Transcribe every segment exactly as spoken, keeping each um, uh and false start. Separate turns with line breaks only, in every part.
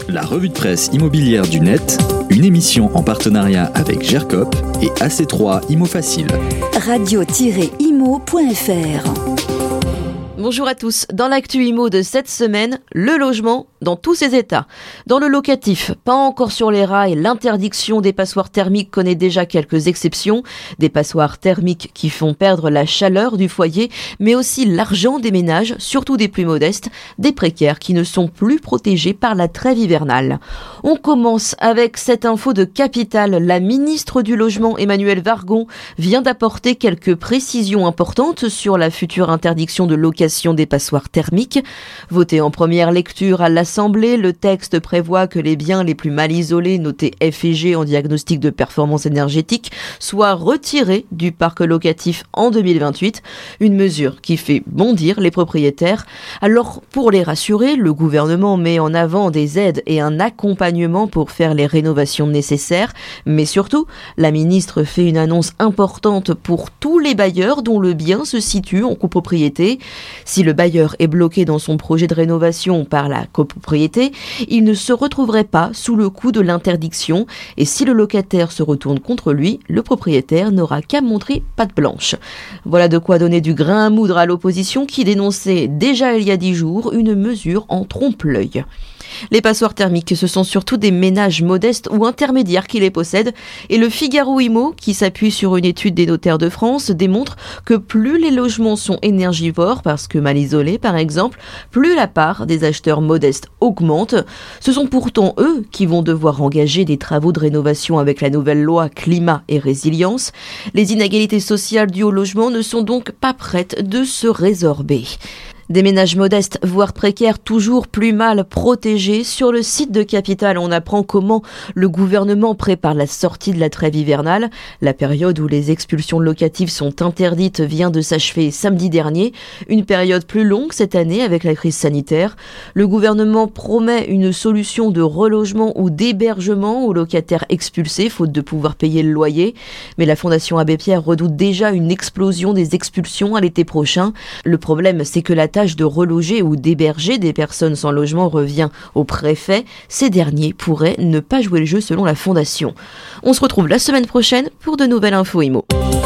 La revue de presse immobilière du net, une émission en partenariat avec Gercop et A C trois Imo Facile.
radio tiret imo point f r.
Bonjour à tous. Dans l'actu IMO de cette semaine, le logement dans tous ses états. Dans le locatif, pas encore sur les rails, l'interdiction des passoires thermiques connaît déjà quelques exceptions. Des passoires thermiques qui font perdre la chaleur du foyer, mais aussi l'argent des ménages, surtout des plus modestes, des précaires qui ne sont plus protégés par la trêve hivernale. On commence avec cette info de Capital. La ministre du Logement, Emmanuelle Wargon, vient d'apporter quelques précisions importantes sur la future interdiction de location des passoires thermiques. Voté en première lecture à l'Assemblée, le texte prévoit que les biens les plus mal isolés, notés F et G en diagnostic de performance énergétique, soient retirés du parc locatif en deux mille vingt-huit. Une mesure qui fait bondir les propriétaires. Alors, pour les rassurer, le gouvernement met en avant des aides et un accompagnement pour faire les rénovations nécessaires. Mais surtout, la ministre fait une annonce importante pour tous les bailleurs dont le bien se situe en copropriété. Si le bailleur est bloqué dans son projet de rénovation par la copropriété, il ne se retrouverait pas sous le coup de l'interdiction. Et si le locataire se retourne contre lui, le propriétaire n'aura qu'à montrer patte blanche. Voilà de quoi donner du grain à moudre à l'opposition qui dénonçait déjà il y a dix jours une mesure en trompe-l'œil. Les passoires thermiques, ce sont surtout des ménages modestes ou intermédiaires qui les possèdent. Et le Figaro Imo, qui s'appuie sur une étude des notaires de France, démontre que plus les logements sont énergivores, parce que mal isolés par exemple, plus la part des acheteurs modestes augmente. Ce sont pourtant eux qui vont devoir engager des travaux de rénovation avec la nouvelle loi climat et résilience. Les inégalités sociales dues au logement ne sont donc pas prêtes de se résorber. Des ménages modestes, voire précaires, toujours plus mal protégés. Sur le site de Capital, on apprend comment le gouvernement prépare la sortie de la trêve hivernale. La période où les expulsions locatives sont interdites vient de s'achever samedi dernier. Une période plus longue cette année avec la crise sanitaire. Le gouvernement promet une solution de relogement ou d'hébergement aux locataires expulsés, faute de pouvoir payer le loyer. Mais la Fondation Abbé Pierre redoute déjà une explosion des expulsions à l'été prochain. Le problème, c'est que la tâche de reloger ou d'héberger des personnes sans logement revient au préfet. Ces derniers pourraient ne pas jouer le jeu selon la Fondation. On se retrouve la semaine prochaine pour de nouvelles infos IMO.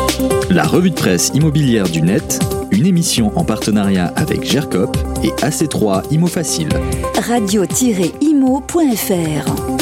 La revue de presse immobilière du net, une émission en partenariat avec Gercop et A C trois Imo Facile.
radio tiret imo point f r.